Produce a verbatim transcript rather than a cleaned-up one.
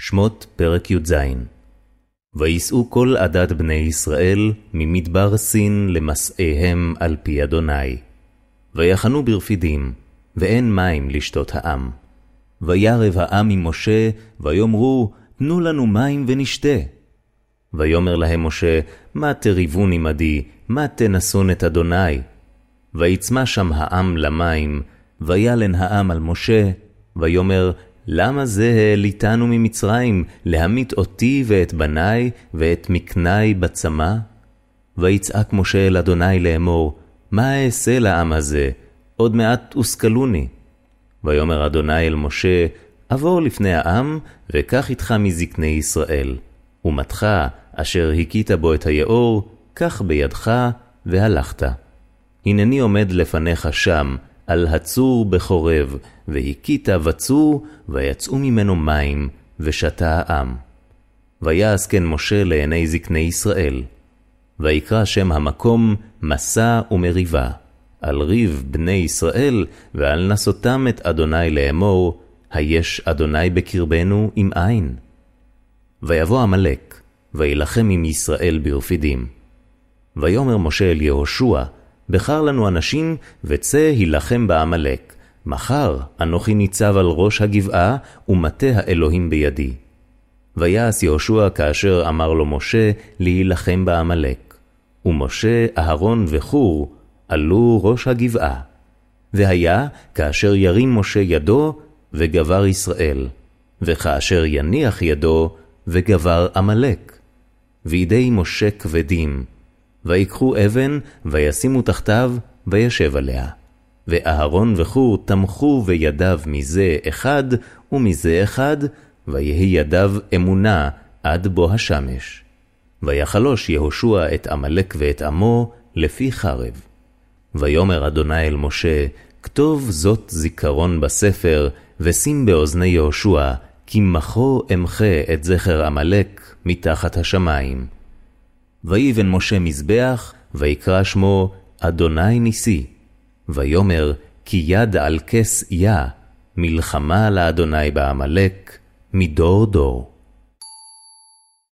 שמות פרק י"ז. ויסעו כל עדת בני ישראל ממדבר סין למסעיהם על פי אדוני. ויחנו ברפידים, ואין מים לשתות העם. וירב העם ממשה, ויאמרו, תנו לנו מים ונשתה. ויאמר להם משה, מה תריבון עמדי, מה תנסון את אדוני? ויצמא שם העם למים, וילן העם על משה, ויאמר, למה זה העליתנו ממצרים, להמית אותי ואת בניי ואת מקני בצמא? ויצעק משה אל אדוני לאמור, מה אעשה לעם הזה? עוד מעט אוסקלוני. ויאמר אדוני אל משה, עבור לפני העם, וקח איתך מזקני ישראל, ומתך אשר הכית בו את היאור, קח בידך, והלכת. הנני עומד לפניך שם, על הצור בחורב, והכית בצור, ויצאו ממנו מים, ושתה העם. ויעש כן משה לעיני זקני ישראל. ויקרא שם המקום מסע ומריבה, על ריב בני ישראל, ועל נסותם את אדוני לאמור, היש אדוני בקרבנו עם עין. ויבוא עמלק, וילחם עם ישראל ברפידים. ויאמר משה אל יהושע, בחר לנו אנשים, וצא הילחם בעמלק. מחר אנוכי ניצב על ראש הגבעה, ומטה האלוהים בידי. ויעש יהושע כאשר אמר לו משה להילחם בעמלק. ומשה, אהרון וחור עלו ראש הגבעה. והיה כאשר ירים משה ידו, וגבר ישראל. וכאשר יניח ידו, וגבר עמלק. וידי משה כבדים. ויקחו אבן, וישימו תחתיו, וישב עליה. ואהרון וחור תמכו בידיו מזה אחד, ומזה אחד, ויהי ידיו אמונה עד בו השמש. ויחלוש יהושע את עמלק ואת עמו לפי חרב. ויאמר אדוני אל משה, כתוב זאת זיכרון בספר, ושים באוזני יהושע, כי מחו אמחה את זכר עמלק מתחת השמיים. ויבן משה מזבח, ויקרא שמו אדוני ניסי. ויאמר, כי יד על כס יה, מלחמה לאדוני בעמלק, מדור דור.